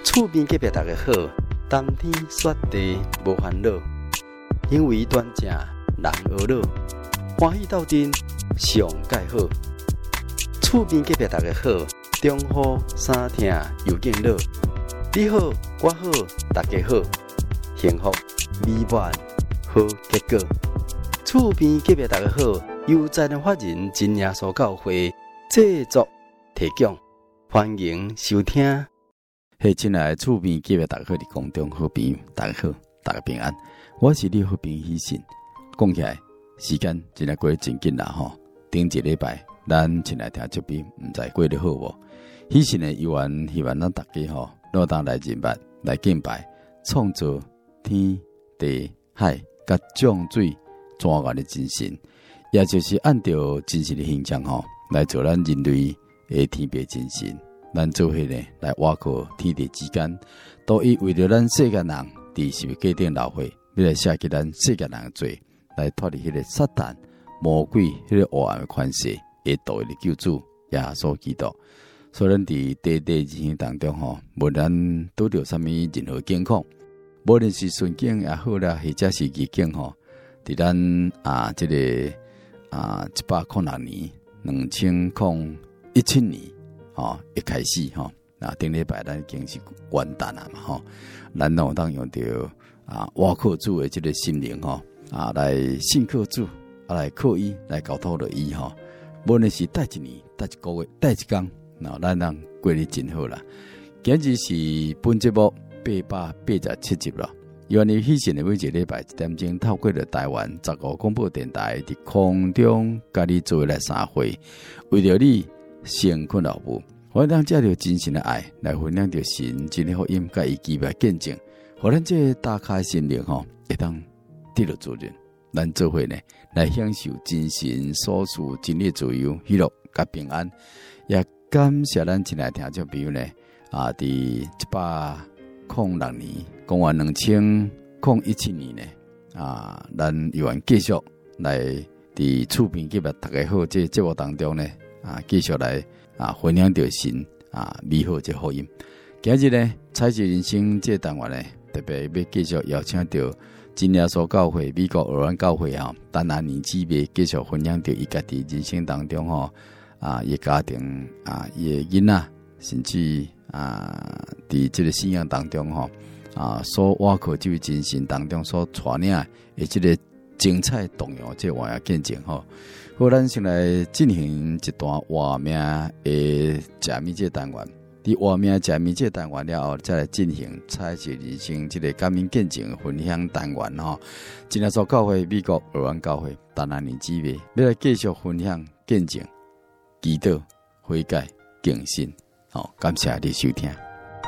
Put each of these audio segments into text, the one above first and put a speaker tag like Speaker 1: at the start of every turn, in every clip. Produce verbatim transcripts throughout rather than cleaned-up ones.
Speaker 1: 厝边隔壁大家好，冬天雪地无烦恼，因为端正人和乐，欢喜斗阵上介好。厝边隔壁大家好，中好三听又见乐，你好我好大家好，幸福美满好结果。厝边隔壁大家好，由在人法人真耶稣教会制作提供，欢迎收听。嘿，亲爱的厝边隔壁大家好，你空中好朋友，大家好，大家平安。我是你好朋友喜信。讲起来，时间真来过得真紧啦吼。顶一个礼拜，咱亲爱听这边唔知过得好无？喜信的愿望，希望咱大家吼，都当来认捌来敬拜，创造天地海甲降水全源的真神，也就是按照真神的形象吼，来做咱人类的天别真神。咱做伙呢，来挖靠天地之间，都以为了咱世间人伫是界定老会，要来写给咱世间人的罪，来脱离迄个撒旦、魔鬼迄个黑暗的权势，会道的救主耶稣基督。所以咱伫地地人生当中吼，无论拄着啥物任何境况，无论是顺境也好啦，或者是逆境吼，伫咱啊这个啊一百零六年、两千零一七年。哦，一开始吼，啊，顶礼拜咱已经是完蛋了嘛吼，咱有当用到啊，挖靠主的这个心灵吼，啊，来信靠主，啊，来靠伊，来交托了伊吼。无论是带一年、带一个月、带一天，那咱人过得真好啦。今日是本节目八百八十七集了。原来喜信的每一个礼拜一点钟，透过了台湾十五广播电台伫空中，甲你做来三会，为了你。先困老母，我让借着真神的爱来分享着神真的福音，甲伊基本见证，互咱这打开心灵吼，会当得到主人，咱做伙呢来享受真神所赐真理自由、喜乐甲平安。也感谢咱亲爱听众朋友呢，啊，伫一百零六年，公元两千零一七年呢，啊，咱有缘继续来伫厝边隔壁大家好这节目当中呢。啊，继续来啊，分享着神啊美好这福音。今日呢，采集人生这单元呢，特别要继续邀请到真耶稣教会美国俄湾教会哈，单拿年纪别继续分享着伊家己人生当中吼啊，伊家庭啊，伊的囡仔，甚至啊，伫这个信仰当中吼啊，所挖靠这位真神当中所传领的这个精彩动摇这活跃见证吼。好，咱先来进行一段活命的解密这单元。伫活命解密这单元了后，再来进行采集人生这个感恩见证分享单元吼。真耶稣教会美国俄湾教会单拿年姊妹要来继续分享见证、祈祷、悔改、敬信。好，感谢你收听。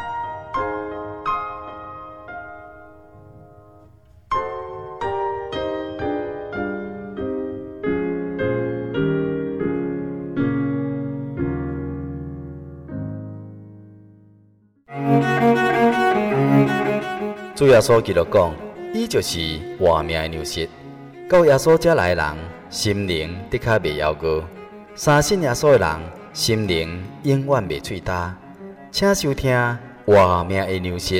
Speaker 2: 主耶稣基督讲，伊就是活命的粮食。到耶稣遮来的人，心灵的确袂夭糕；相信耶稣的人，心灵永远袂脆焦。请收听活命的粮食。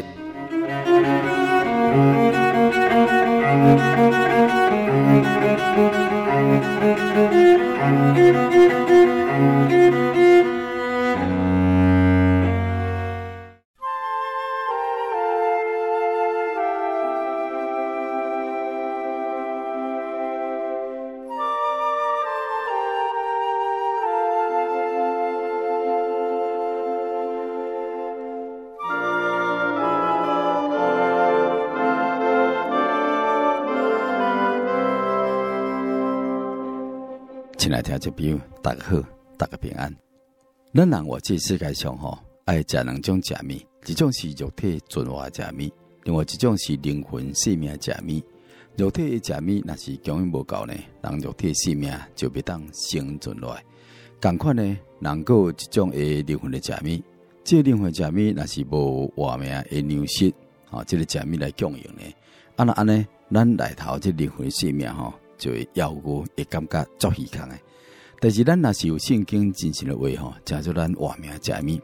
Speaker 1: 亲爱听众朋友，大家好，大家平安。咱人活这世界上吼，爱食两种食物，一种是肉体存活食物，另外一种是灵魂生命食物。肉体的食物若是供应无够呢，人肉体生命就袂当生存落来。同款呢，人还有一种的灵魂的食物，这灵魂食物若是无活命的粮食，吼、哦，这个食物来供应呢，啊那安尼，咱内头这灵魂生命吼。就会要求会感觉足虚空诶，但是咱若是有圣经真实的话吼，叫做咱活命食物，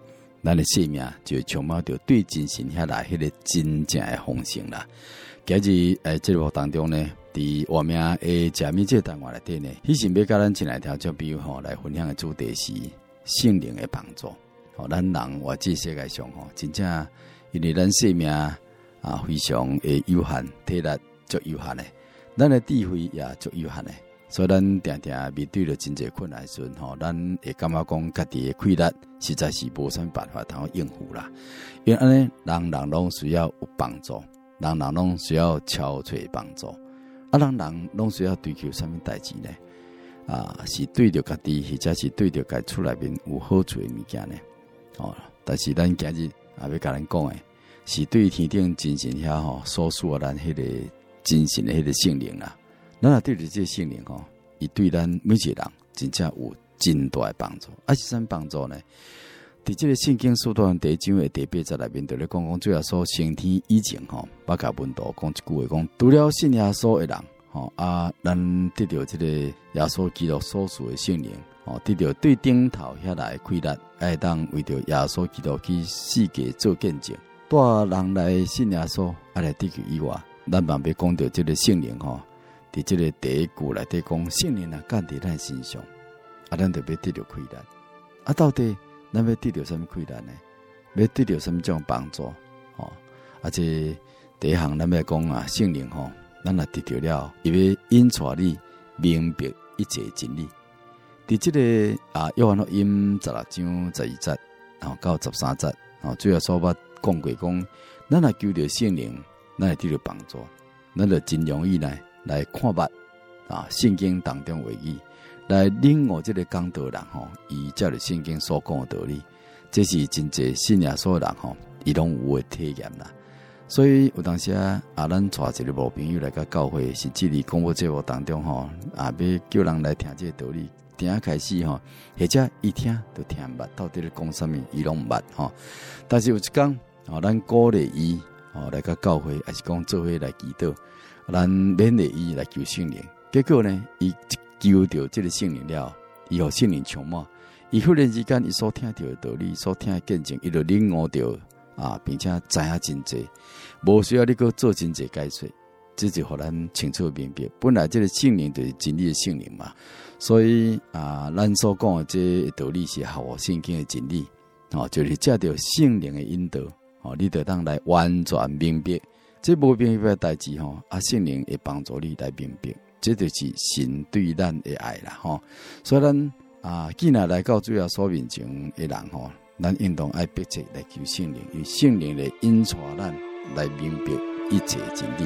Speaker 1: 咱的生命就会充满着对精神遐来迄个真正的丰盛啦。今日诶，节目当中呢，伫我们诶食物这单元内底呢，迄时要甲咱进来条照比吼来分享的主题是圣灵的帮助。吼，咱人活在世界上吼，真正因为咱生命啊非常诶有限，体力足有限的，咱的智慧也足有限的，所以咱常常面对着真侪困难的时阵吼，咱会感觉讲家己的气力实在是无啥办法通应付啦。因为安尼，人人拢需要有帮助。人人拢需要超找帮助，啊，人人拢需要追求什么代志呢？啊，是对着家己，或者是对着家厝内面有好处的物件呢？哦，但是咱今日啊要甲咱讲的，是对天顶精神遐吼，所属咱迄个精神的迄个圣灵啦。咱若对着这个圣灵吼，伊对咱每一个人真正有真大的帮助。啊，是啥帮助呢？伫这个圣经书段第一章的第八节内面，就咧讲讲，主耶稣升天以前吼，捌甲门徒讲一句话，讲除了信耶稣的人，吼啊，咱得到这个耶稣基督所属的圣灵，吼，得到对顶头遐来的气力，爱当为着耶稣基督去世界做见证，带人来信耶稣，爱来得救以外，咱嘛要讲到这个圣灵吼，伫这个第一句内底讲，圣灵啊降伫咱身上，啊，咱就要得到气力，啊，到底？咱要得到什么困难呢？要得到什么种帮助？哦，而且第一项咱要讲啊，圣灵吼，咱若得到了，伊要引带你明白一切真理。伫这个啊，约翰福音十六章十二节，然后到十三节，哦，主要所捌讲过讲，咱若求着圣灵，咱会得到帮助，咱就真容易来来看捌啊，圣经当中话语。来领悟这个讲道人吼，伊照着圣经所讲的道理，这是真侪信耶稣的人吼，伊拢有诶体验啦。所以有当时啊，啊，咱带一个无朋友来甲教会，甚至伫广播节目当中吼，啊，要叫人来听这个道理，听开始吼，或者伊听就听毋捌，到底咧讲啥物，伊拢毋捌吼。但是有一天，吼，咱鼓励伊，吼，来甲教会，还是讲做伙来祈祷，咱勉励伊来求圣灵。结果呢，伊求到这个圣灵了，伊互圣灵充满，伊忽然之间，伊所听到的道理，所听的见证，伊就领悟到啊，并且知影真济，无需要你搁做真济解说，这就互咱清楚明白。本来这个圣灵就是真理的圣灵嘛，所以啊，咱所讲的这道理是合乎圣经的真理，哦，就是借着圣灵的引导，哦，你得当来完全明白。这无明白的代志吼，啊，圣灵会帮助你来明白。这就是神对咱的爱啦，吼！所以咱啊，既然来到主要所面前的人吼，咱应当爱迫切来求圣灵，用圣灵来引带咱来明白一切真理。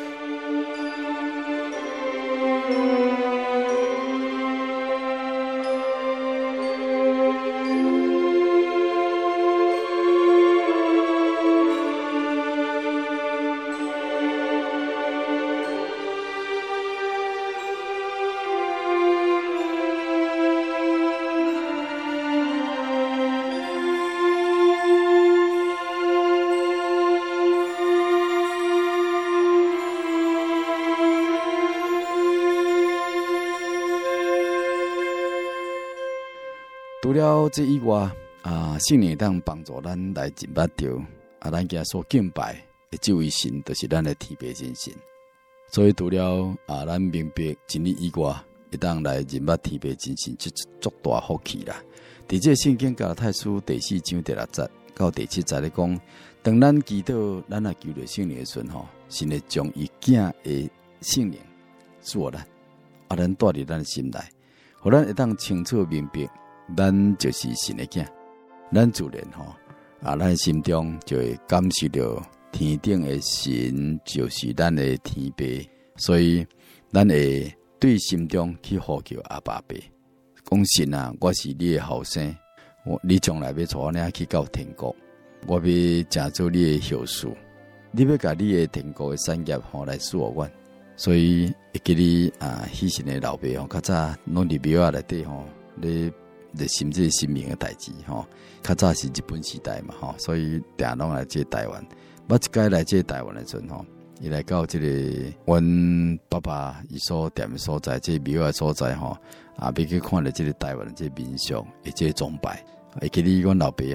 Speaker 1: 除了这以外，啊，圣灵当帮助咱来认捌到啊，咱家所敬拜的这位神，就是咱的天父真神。所以除了啊，咱明白真理以外，会当来认捌天父真神，这足大福气啦。伫这圣经加拉太书第四章第六节到第七节咧讲，当咱祈祷，咱也求着圣灵的时阵吼，神会将伊囝的圣灵赐予咱，啊，咱带伫咱的心内，互咱会当清楚明白。咱就是神的囝，咱自然吼啊，咱心中就会感受到天顶的神就是咱的天父，所以咱会对心中去呼叫阿爸爸，讲神啊，我是你的后生，我你将来要带我俩去到天国，我要成做你的后嗣，你要甲你的天国的产业吼来赐我，所以会记你啊，迄时的老爸吼，较早拢伫庙仔内底吼咧。咧心这神明的代志吼，较早是日本时代嘛吼，所以定拢来这台湾。捌一届来这台湾的时阵吼，伊来到这个阮爸爸伊所踮的所在，这庙的所在吼，啊，要去看了这个台湾的这民俗，诶，这崇拜。会记哩阮老爸吼，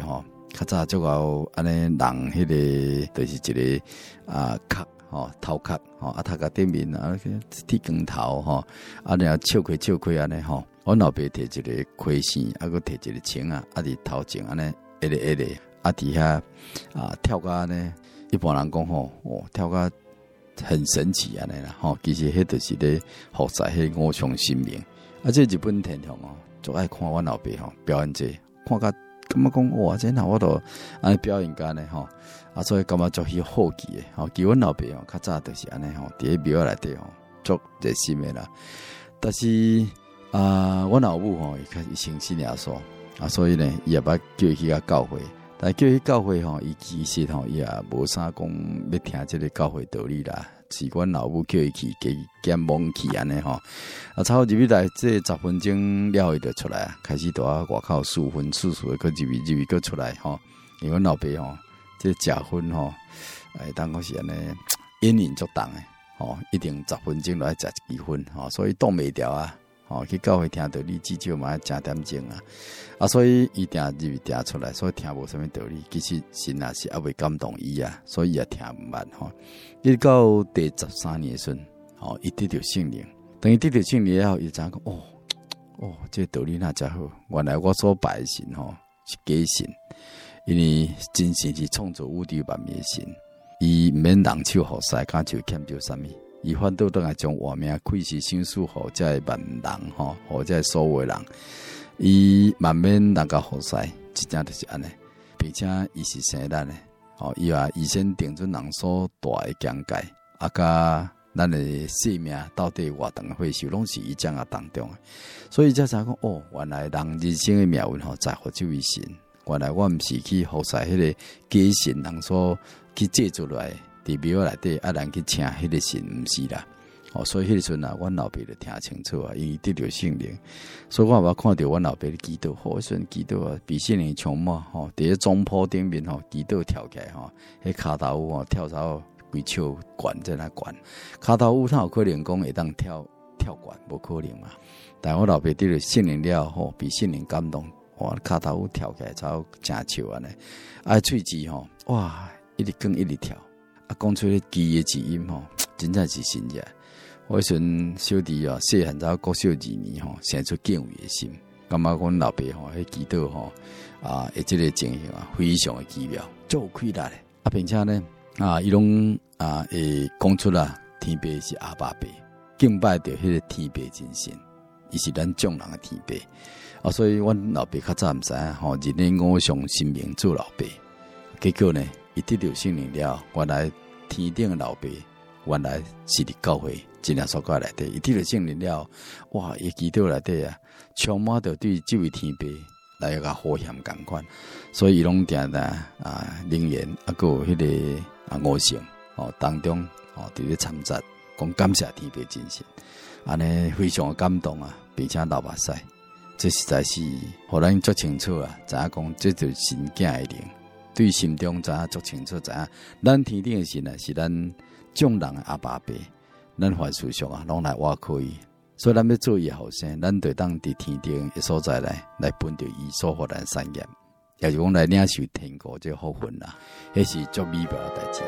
Speaker 3: 较早足够安尼人迄、那个就是一个啊壳吼头壳吼啊头壳顶面啊剃光头吼啊然后笑开笑开安尼吼，阮老爸摕一个盔线，啊佮摕一个枪啊，啊伫头前安尼一个一个啊伫遐啊跳甲安尼，一般人讲吼哦跳甲很神奇安尼啦吼，其实迄就是咧服侍迄五常神明。啊这日本天皇哦，就爱看阮老爸吼表演这，看甲感觉讲哇，这那我都安尼表演干呢吼，啊，所以感觉足许好奇的吼。其阮老爸吼，较早就是安尼吼，伫咧庙内底吼，足热心的啦。但是啊，阮老母吼，伊开始信信耶稣啊，所以呢，伊也捌叫伊去个教会，但叫伊教会吼，伊其实吼，伊也无啥讲要听这个教会道理啦。是阮老母叫伊去，加减蒙去安尼吼，啊，差不多入去来这十分钟了，伊就出来啊，开始伫啊外口数分数数的，佮入去入去佮出来吼。因为阮老爸吼，这食薰吼，哎，当讲是安尼烟瘾足重诶，吼，一定十分钟来食一支薰吼，所以挡袂牢啊。吼，去教会听道理，至少嘛要正点钟啊，啊，所以伊定入去定出来，所以听无啥物道理。其实神也是还未感动伊啊，所以也听毋捌吼。一直到第十三年时，吼，伊得到圣灵，等于得到圣灵了，伊知影讲哦哦，这个道理那真好。原来我所拜的神吼是假神，因为真神是创造宇宙万物的神，伊毋免人手服侍，敢就欠着啥物。伊反倒倒来将活命开始心术互这万人吼，互这所有人，伊慢慢人家服侍，真正就是安尼，并且伊是生咱的，吼，伊话以前定准人所大的疆界，啊，甲咱的生命到底偌长会受，拢是伊掌握当中的，所以才知讲哦，原来人人生的命运吼，在乎这位神，原来我毋是去服侍迄个假神人所去借出来的。伫庙内底啊，人去请迄个神，毋是啦。哦，所以迄个时阵啊，阮老爸就听清楚啊，因为得着圣灵，所以我也看到阮老爸的祈祷，好时阵祈祷啊，比圣灵充满吼，伫咧总坡顶面吼，祈禱跳起来吼，迄骹頭舞吼跳操规手悬在那悬，骹頭舞哪有可能講會當跳跳悬，無可能嘛。但我老爸得着聖靈了吼，比聖靈感動，哇，骹頭舞跳起來才真笑安尼，啊，喙舌吼，哇，一直講一直跳。啊，讲出咧鸡的字音吼，真正是神奇。我迄阵小弟哦，细汉早国小二年吼，生出敬畏的心，感觉阮老爸吼，迄祈祷吼啊，诶，即个情形啊，非常的奇妙，足有气力的。啊，并且呢，啊，伊拢啊，会讲出啦，天父是阿爸爸，敬拜着迄个天父真神，伊是咱众人的天父。啊，所以阮老爸较早毋知影吼，认咧五常神明做老爸，结果呢？伊得到圣灵了，原来天顶的老爸，原来是伫教会真正所在内底。伊得到圣灵了，哇！伊祈祷内底啊，充满着对这位天父来个好嫌共款，所以伊拢定定啊灵言啊，个迄个啊五常哦当中哦伫咧参杂，讲感谢天父真神，安尼非常的感动啊，并且流目屎，这实在是互咱足清楚啊，知影讲这就是神囝的灵。对心中知影足清楚，知影咱天顶的神啊，是咱众人的阿爸爸，咱凡事上啊，拢来挖可以。所以咱要做伊后生，咱就当伫天顶的所在来，来分着伊所获咱产业，也是讲来领受天国这福分啦，迄是足美妙的代志。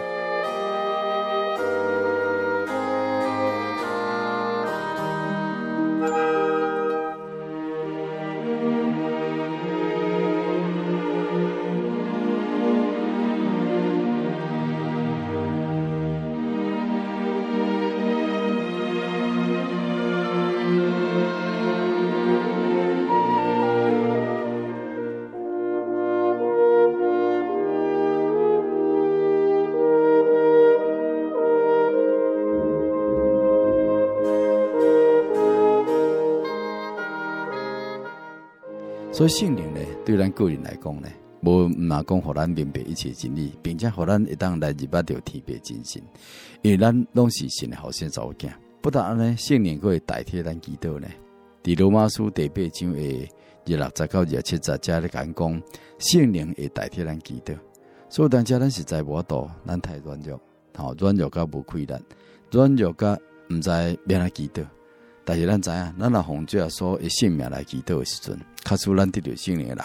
Speaker 3: 所以圣灵呢，对咱个人来讲呢，无毋若讲互咱明白一切真理，并且互咱会当来入捌到天父真神，因为咱拢是神的后生查某囝。不但安尼，圣灵佫会代替咱祈祷呢。伫罗马书第八章的二六十到二七十节咧讲讲，圣灵会代替咱祈祷。所以当时咱实在无法度，咱太软弱，吼软弱甲无气力，软弱甲毋知要安怎祈祷。但是咱知影，咱若奉主耶稣的性命来祈祷的时阵，确实咱得到圣灵的人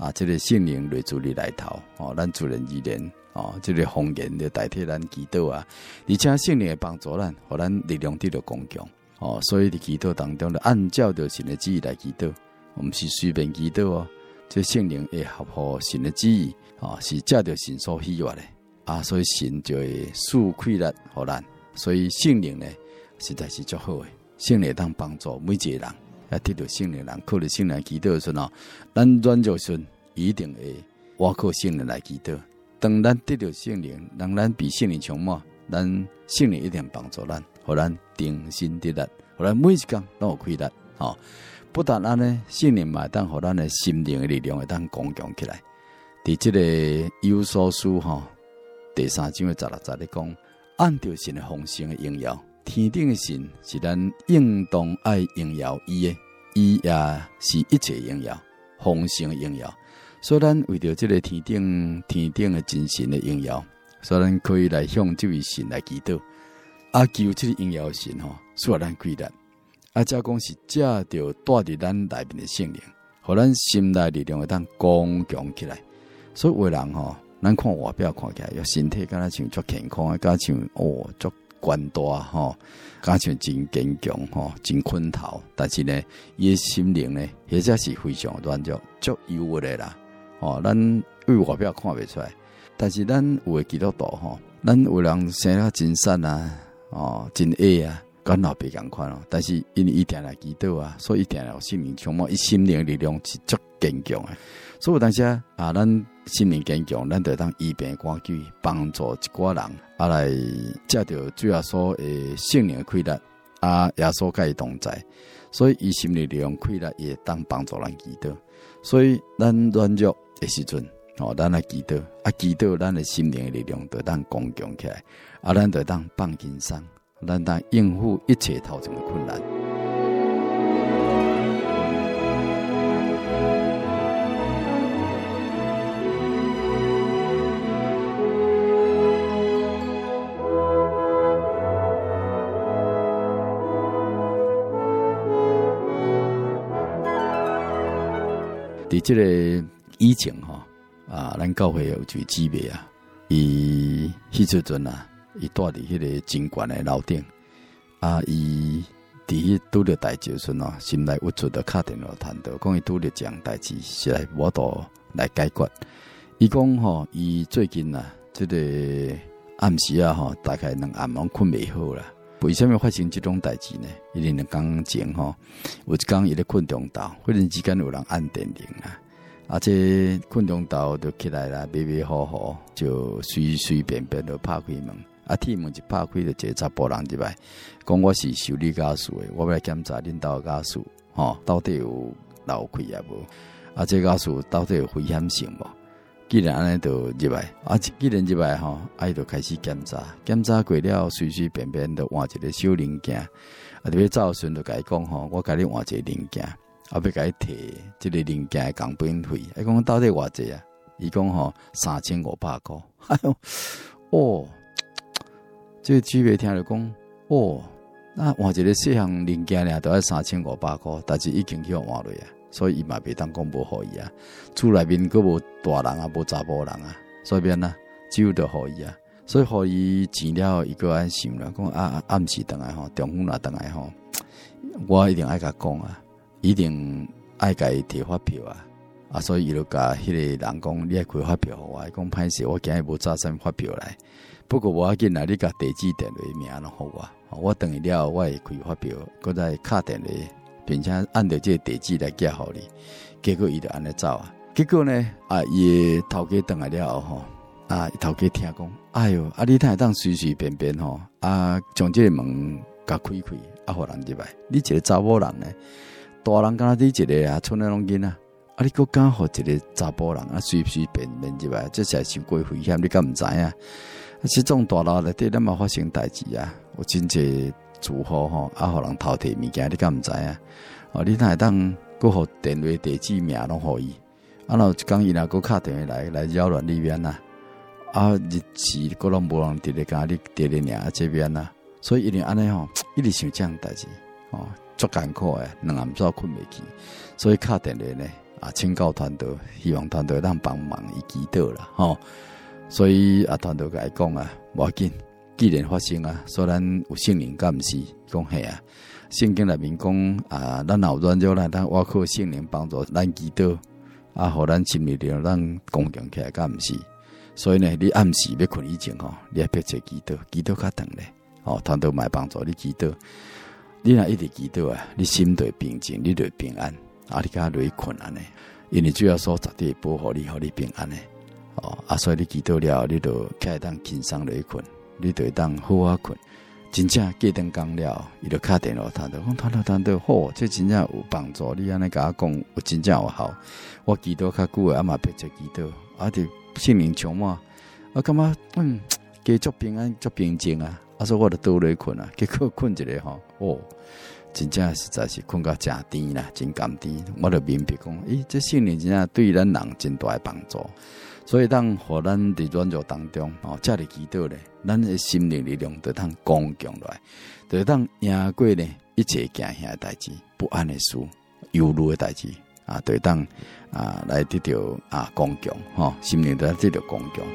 Speaker 3: 啊，这个圣灵内住你内头哦，咱自然而然哦，这个方言就代替咱祈祷啊，而且圣灵会帮助咱，互咱力量得到刚强哦，所以伫祈祷当中，就按照着神的旨意来祈祷，我们是随便祈祷哦，这圣灵会合乎神的旨意哦，是照着神所喜悦的啊，所以神就会赐快乐互咱，所以圣灵呢实在是足好的，圣灵当帮助每一个人。啊，得到圣灵人，靠着圣灵祈祷的时候，咱软弱时一定会我靠圣灵来祈祷。当咱得到圣灵，让咱比圣灵充满，咱圣灵一定帮助咱，互咱定心得力，互咱每一天都有快乐。哦，不但安尼，圣灵嘛当互咱的心灵的力量会当刚强起来。伫这个以弗所书吼第三章的十六节咧讲，按照神的丰盛的荣耀。天顶的神是咱应当爱荣耀伊的，伊也是一切荣耀、丰盛的荣耀。所以咱为着这个天顶、天顶的真神的荣耀，所以咱可以来向这位神来祈祷，啊求这个荣耀的神吼，使咱快乐。啊，则讲是借着带伫咱内面的圣灵，互咱心内力量会当刚强起来。所以有的人吼，咱看外表看起来，要身体敢若像足健康，敢像哦足。官大吼，加上真坚强吼，真困头，但是呢，伊的心灵呢，或者是非常软弱、足忧郁的啦。吼，咱为外表看袂出来，但是咱有的基督徒吼，咱有人生了真善啊，哦，真矮啊，跟老爸共款哦。但是因为伊定来祈祷啊，所以伊定来有心灵充满，伊心灵的力量是足坚强的。所以有当时啊，咱心灵坚强，咱就当医病赶鬼，帮助一寡人啊来借着主耶稣诶圣灵的快乐啊，耶稣甲伊同在，所以伊心灵力量快乐也当帮助咱祈祷。所以咱软弱的时阵，哦，咱来祈祷啊，祈祷咱的心灵的力量就当刚强起来，啊，咱就当放轻松，咱当应付一切头前的困难。伫这个以前吼啊，咱教会有一位姊妹啊，伊迄阵阵啊，伊住伫迄个真悬的楼顶啊，伊伫迄拄着代志时喏，心内郁卒的敲电话谈到，讲伊拄着这样代志，是来无度来解决。伊讲吼，伊最近啊，这个暗时啊吼，大概两暗拢困袂好啦。为什么发生这种代志呢？因为两天前吼，有一天伊咧困中昼，忽然之间有人按电铃啊，啊，这困中昼就起来啦，迷迷糊糊就随随便便就拍开门，啊，铁门一拍开就一个查甫人入来，讲我是修理家属的，我要来检查恁兜家属，吼，到底有漏气啊无？啊，这家属到底有危险性无？既然安尼就入来，啊，既然入来吼，啊，伊就开始检查，检查过了，随随便便就换一个小零件，啊，特别早顺就甲伊讲吼，我甲你换一个零件，啊，要甲伊摕即个零件的工本费，伊讲到底偌济啊？伊讲吼三千五百块，哎呦，哦，这个姊妹听着讲，哦，那换一个细项零件俩都要三千五百块，但是已经去换落啊。所以伊嘛袂当讲无互伊啊，厝内面佫无大人啊，无查甫人啊，所以变啊，只有着互伊啊。所以互伊钱了，伊个安想啦，讲啊暗时倒来吼，中午若倒来吼，我一定爱甲讲啊，一定爱甲伊摕发票啊，啊，所以伊就甲迄个人讲，你爱开发票互我，伊讲歹势，我今日无揸啥发票来。不过无要紧啦，你甲地址电话名拢互我，我等伊了，我会开发票，搁再敲电话。并且按照这个地址来寄互你，结果伊就安尼走啊。结果呢，啊，伊头家倒来了后吼，啊，头家听讲，哎哟，啊，你太当随随便便吼，啊，将这个门甲开开，啊，互人入来。你一个查某人呢，大人敢若你一个啊，剩那拢囡仔，啊，你佫敢互一个查甫人啊，随随便便入来，这才是过危险，你敢毋知啊？这种大楼内底咱嘛发生代志啊，有真济。住户吼，啊，互人偷摕物件，你敢毋知啊？哦，你哪会当佫互电话地址名拢互伊？啊，然后一讲伊若佫敲电话来来扰乱你边啊，啊，日时佫拢无人伫咧甲你伫咧尔这边啊，所以一定安尼吼，一直想这样代志，哦，足艰苦诶，两暗早困袂去，所以敲电话呢， 啊，请教团队，希望团队让帮忙伊祈祷啦，吼。所以啊，团队甲伊讲啊，无要紧，既然发生啊，所以咱有圣灵敢毋是？讲系啊，圣经内面讲啊，咱有软弱，咱我靠圣灵帮助咱祈祷，啊，互咱心里头咱刚强起来，敢毋是？所以呢，你暗时要困以前吼，你要迫切祈祷，祈祷较长咧，哦，团队卖帮助你祈祷。你若一直祈祷啊，你心就平静，你就平安。啊，你甲落去困安尼，因为主要说绝对保护你，互你平安诶。哦，啊，所以你祈祷了，你就起来当轻松落去困，你就当好啊困。真正过顿工了，伊就敲电话谈到，讲谈到谈到好，这真正有帮助。你安尼甲我讲，有真正有效。我祈祷较久诶，啊嘛迫切祈祷，啊，就心灵充满，啊，感觉嗯，加足平安，足平静啊。啊，所以我就倒落去困啊，结果困一个吼，哦。真正实在是困到真甜啦，真甘甜。我就明白讲，诶，这圣灵真正对咱人真大的帮助。所以当互咱伫软弱当中，哦，遮里祈祷咧，咱的心灵力量就当刚强落来，就当赢过呢一切惊吓的代志、不安的事、忧虑的代志啊，就当啊来得到啊刚强，吼、哦，心灵就得到刚强。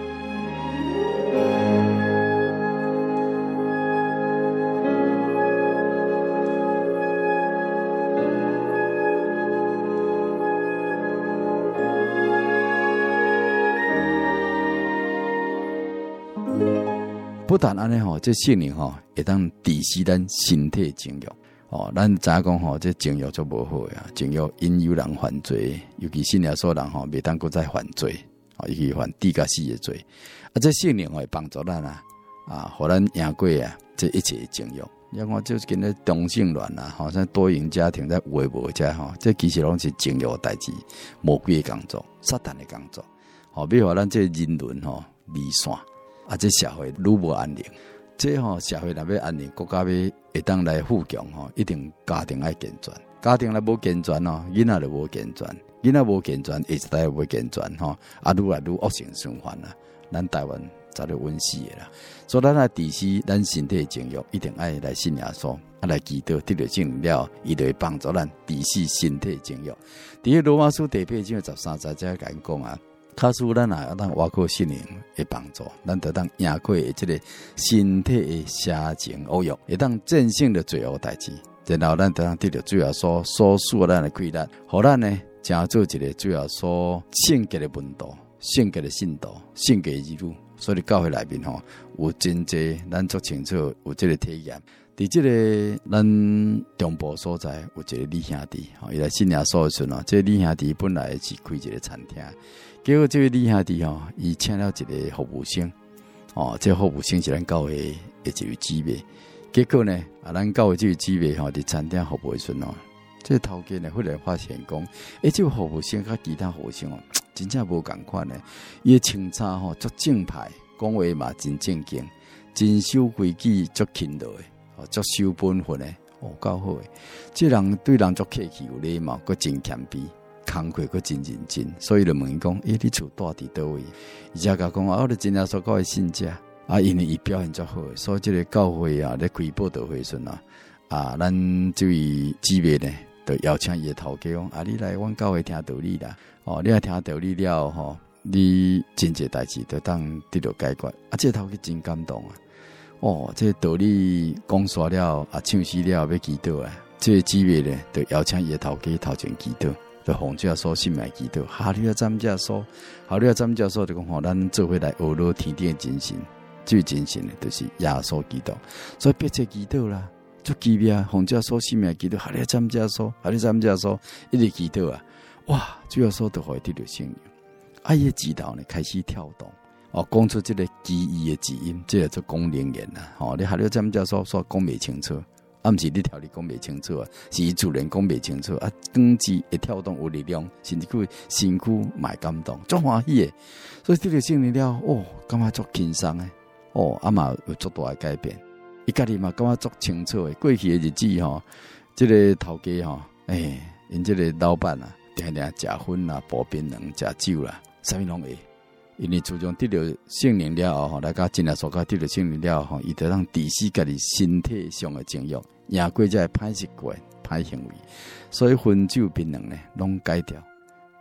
Speaker 3: 不但安尼吼，这圣灵吼会当抵死咱身体情欲哦。咱知影讲吼，这情欲就无好啊，情欲引诱人犯罪，尤其信耶稣人吼，袂当搁再犯罪哦，伊去犯地甲死的罪。啊，这圣灵会帮助咱啊，啊，互咱赢过啊，这一切情欲。你看，就是跟那同性恋啊，好像多元家庭在有诶无遮吼，这其实拢是情欲代志，魔鬼的工作，撒旦的工作。好，比如话咱这人伦吼离散。啊！这社会愈无安宁，这吼、哦、社会若要安宁，国家要会当来富强吼，一定家庭爱健全。家庭若无健全哦，囡仔就无健全，囡仔无健全，下一代无健全吼，啊，愈来愈恶性循环啦。咱台湾早就稳死的啦，所以咱来抵死咱身体情欲，一定爱来信耶稣，啊来祈祷，得到圣灵了，伊就会帮助咱抵死身体情欲。伫个罗马书第八章十三节才讲讲啊。卡使咱啊，咱外靠圣灵的帮助，咱得当赢过的这个身体的邪情恶欲，会当战胜的罪恶代志，然后咱得当得到主要所所属咱的规律，互咱呢，成做一个主要所性格的温度、性格的信徒、性格的义路。所以教会内面吼，有真济咱足清楚有这个体验。伫这个咱中部所在有一个李兄弟，吼，伊来信耶稣的时阵，这李兄弟本来是开一个餐厅。结果这位李兄弟吼，伊请了一个服务生，哦，这服务生是咱教会的一位姊妹。结果呢，啊，咱教会这位姊妹吼，伫餐厅服务的时阵哦，这头家呢忽然发现讲，诶，这位服务生甲其他服务生哦，真正无共款呢。伊的清茶吼足正派，讲话嘛真正经，真守规矩，足勤劳的，哦，足守本分的，哦，够好的。这人对人足客气有礼貌，佮真谦卑。工课佫真认真，所以就问伊讲：诶、欸，你厝住伫倒位？伊才甲讲啊，我咧真正所教的信者啊，因为伊表现足好，所以这个教会啊，咧开报道会时阵啊，啊，咱这位姊妹呢，就邀请伊的头家讲：啊，你来阮教会听道理啦，哦，你来听道理了吼，你真济代志就当得到解决。啊，这个头家真感动啊！哦，这个道理讲煞了，啊，唱诗了要祈祷啊，这个姊妹呢，就邀请伊的头家头前祈祷。就奉主耶稣信来祈祷，哈利亚赞主耶稣，哈利亚赞主耶稣就讲吼，咱做伙来学罗天地的真神，最真神的就是耶稣基督，所以迫切祈祷啦，足奇妙，奉主耶稣信来祈祷，哈利亚赞主耶稣，哈利亚赞主耶稣，一直祈祷啊，哇，主耶稣就会得到圣灵，啊，伊指头呢开始跳动，哦，讲出这个奇异的字音，这个做讲灵言啦，哦，你哈利亚赞主耶稣说讲袂清楚。啊，毋是你条理讲袂清楚啊，是伊自然讲袂清楚啊。光字会跳动有力量，甚至佢身躯蛮感动，足欢喜的。所以得到圣灵了，哦，感觉足轻松的，哦，啊嘛有足大的改变。伊家己嘛感觉足清楚的。过去的日子吼，这个头家吼，诶、欸，因这个老板啊，定定食薰啦、薄槟榔、食酒啦，啥物拢会。因为自从得到圣灵了后，吼，大家真来所讲得到圣灵了后，伊就让抵死家己身体上的情欲，赢过这歹习惯、歹行为，所以薰酒槟榔呢，拢改掉，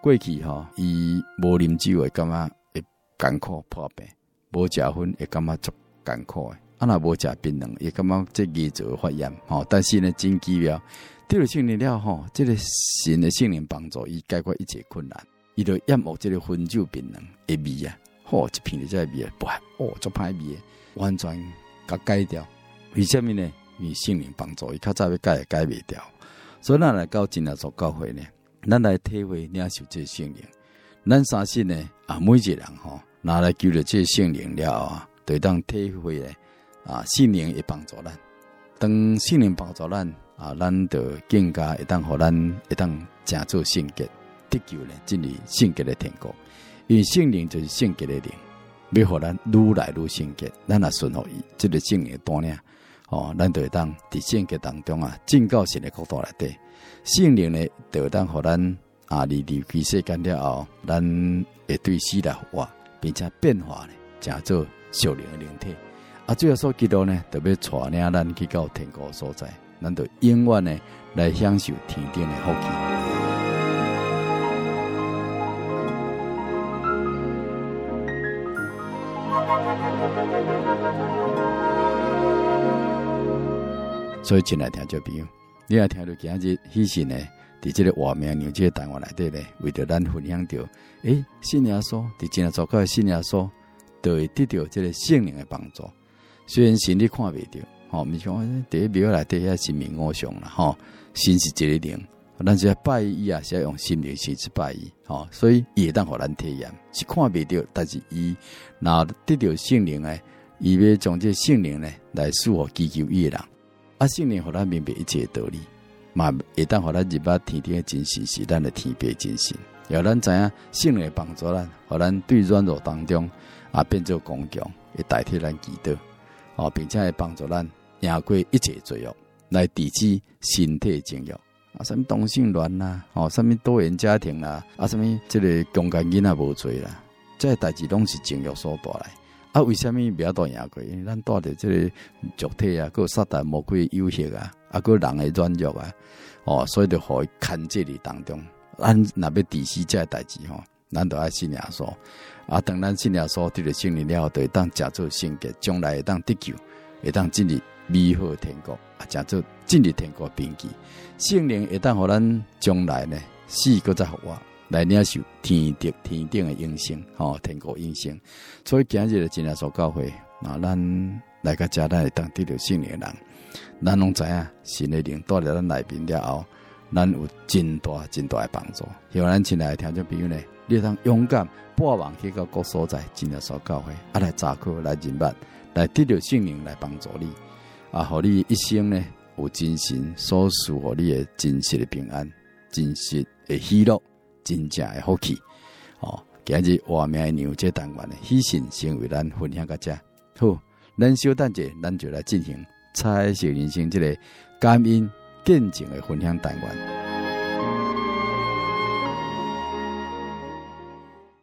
Speaker 3: 过去吼，伊无啉酒会感觉会艰苦破病，无食薰会感觉足艰苦诶。啊，若无食槟榔，会感觉这牙槽发炎吼。但是呢，真奇妙，得了圣灵了吼，这个神的圣灵帮助伊解决一切困难，伊就厌恶这个薰酒槟榔的味啊，吼，一片的这个味啊，不哦，足歹味，完全甲改掉。为什么呢？因为圣灵帮助伊较早要改也改袂掉。所以咱来到真耶稣教会呢，咱来体会领受这圣灵。咱相信呢，啊，每一个人吼，拿来求了这圣灵了啊，就当体会咧。啊，圣灵会帮助咱。当圣灵帮助咱啊，咱就更加会当互咱会当真做圣洁，得救咧，进入圣洁的天国。因为圣灵就是圣洁的灵，要互咱愈来愈圣洁。咱也顺服伊，这个圣灵的带领，哦，咱就会当伫圣洁当中啊，进到神的国度内底。圣灵呢，就会当互咱啊，离离开世间了后，咱会对死来复活，并且变化咧，真做属灵的灵体。啊，最后所基督呢，特别带领咱去到天国所在，咱就永远呢来享受天顶的福气。所以，亲爱听众朋友，你也听到今日喜讯呢，伫这个画面牛这个单元内底呢，为着咱分享到，诶，信耶稣，伫真耶稣教的信耶稣，就会得到这个圣灵的帮助。虽然神你看袂到，吼，毋是讲第一庙内底遐神明偶像啦，吼，神是一个灵，咱是拜伊啊，是要用心灵去拜伊，吼，所以伊会当互咱体验，是看袂到，但是伊若得到圣灵诶，伊要将这圣灵呢来赐予祈求伊诶人，啊，圣灵互咱明白一切道理，嘛会当互咱入捌天顶诶真神是咱诶天父真神，然后咱知影圣灵帮助咱，互咱对软弱当中啊变做刚强，会代替咱祈祷。哦，并且会帮助咱赢过一切罪恶，来抵制身体情欲啊，什么同性恋啦，哦，什么多元家庭啦，啊，什么这个强奸囡仔无罪啦，这些代志拢是情欲所带来。啊，为什么袂晓多赢过？因为咱带着这个肉体啊，还有撒旦魔鬼诱惑啊，啊，还有人的软弱啊，哦，所以就互伊牵制伫当中。咱若要抵死这些代志吼，咱就爱信耶稣。啊，当咱信耶稣得了圣灵了后，就会当食做圣洁，将来会当得救，会当进入美好天国，啊，食做进入天国边际。圣灵会当互咱将来呢死搁再复活，来领受天德天顶的永生，吼、哦，天国永生。所以今日的真耶稣教会，啊，咱来到遮，咱会当得到圣灵的人，咱拢知影神的灵带入咱内面了后，咱有真大真大的帮助。希望咱亲爱的听众朋友呢，你当勇敢。破网去到各所在，真耶稣教会啊，来查考，来认捌，来得到圣灵来帮助你啊，互你一生呢有真神所赐予你的真实的平安、真实的喜乐、真正的福气。哦，今日画面的牛这单元呢，喜讯先为咱分享到这。好，咱小等者，咱就来进行彩色人生这个感恩见证的分享单元。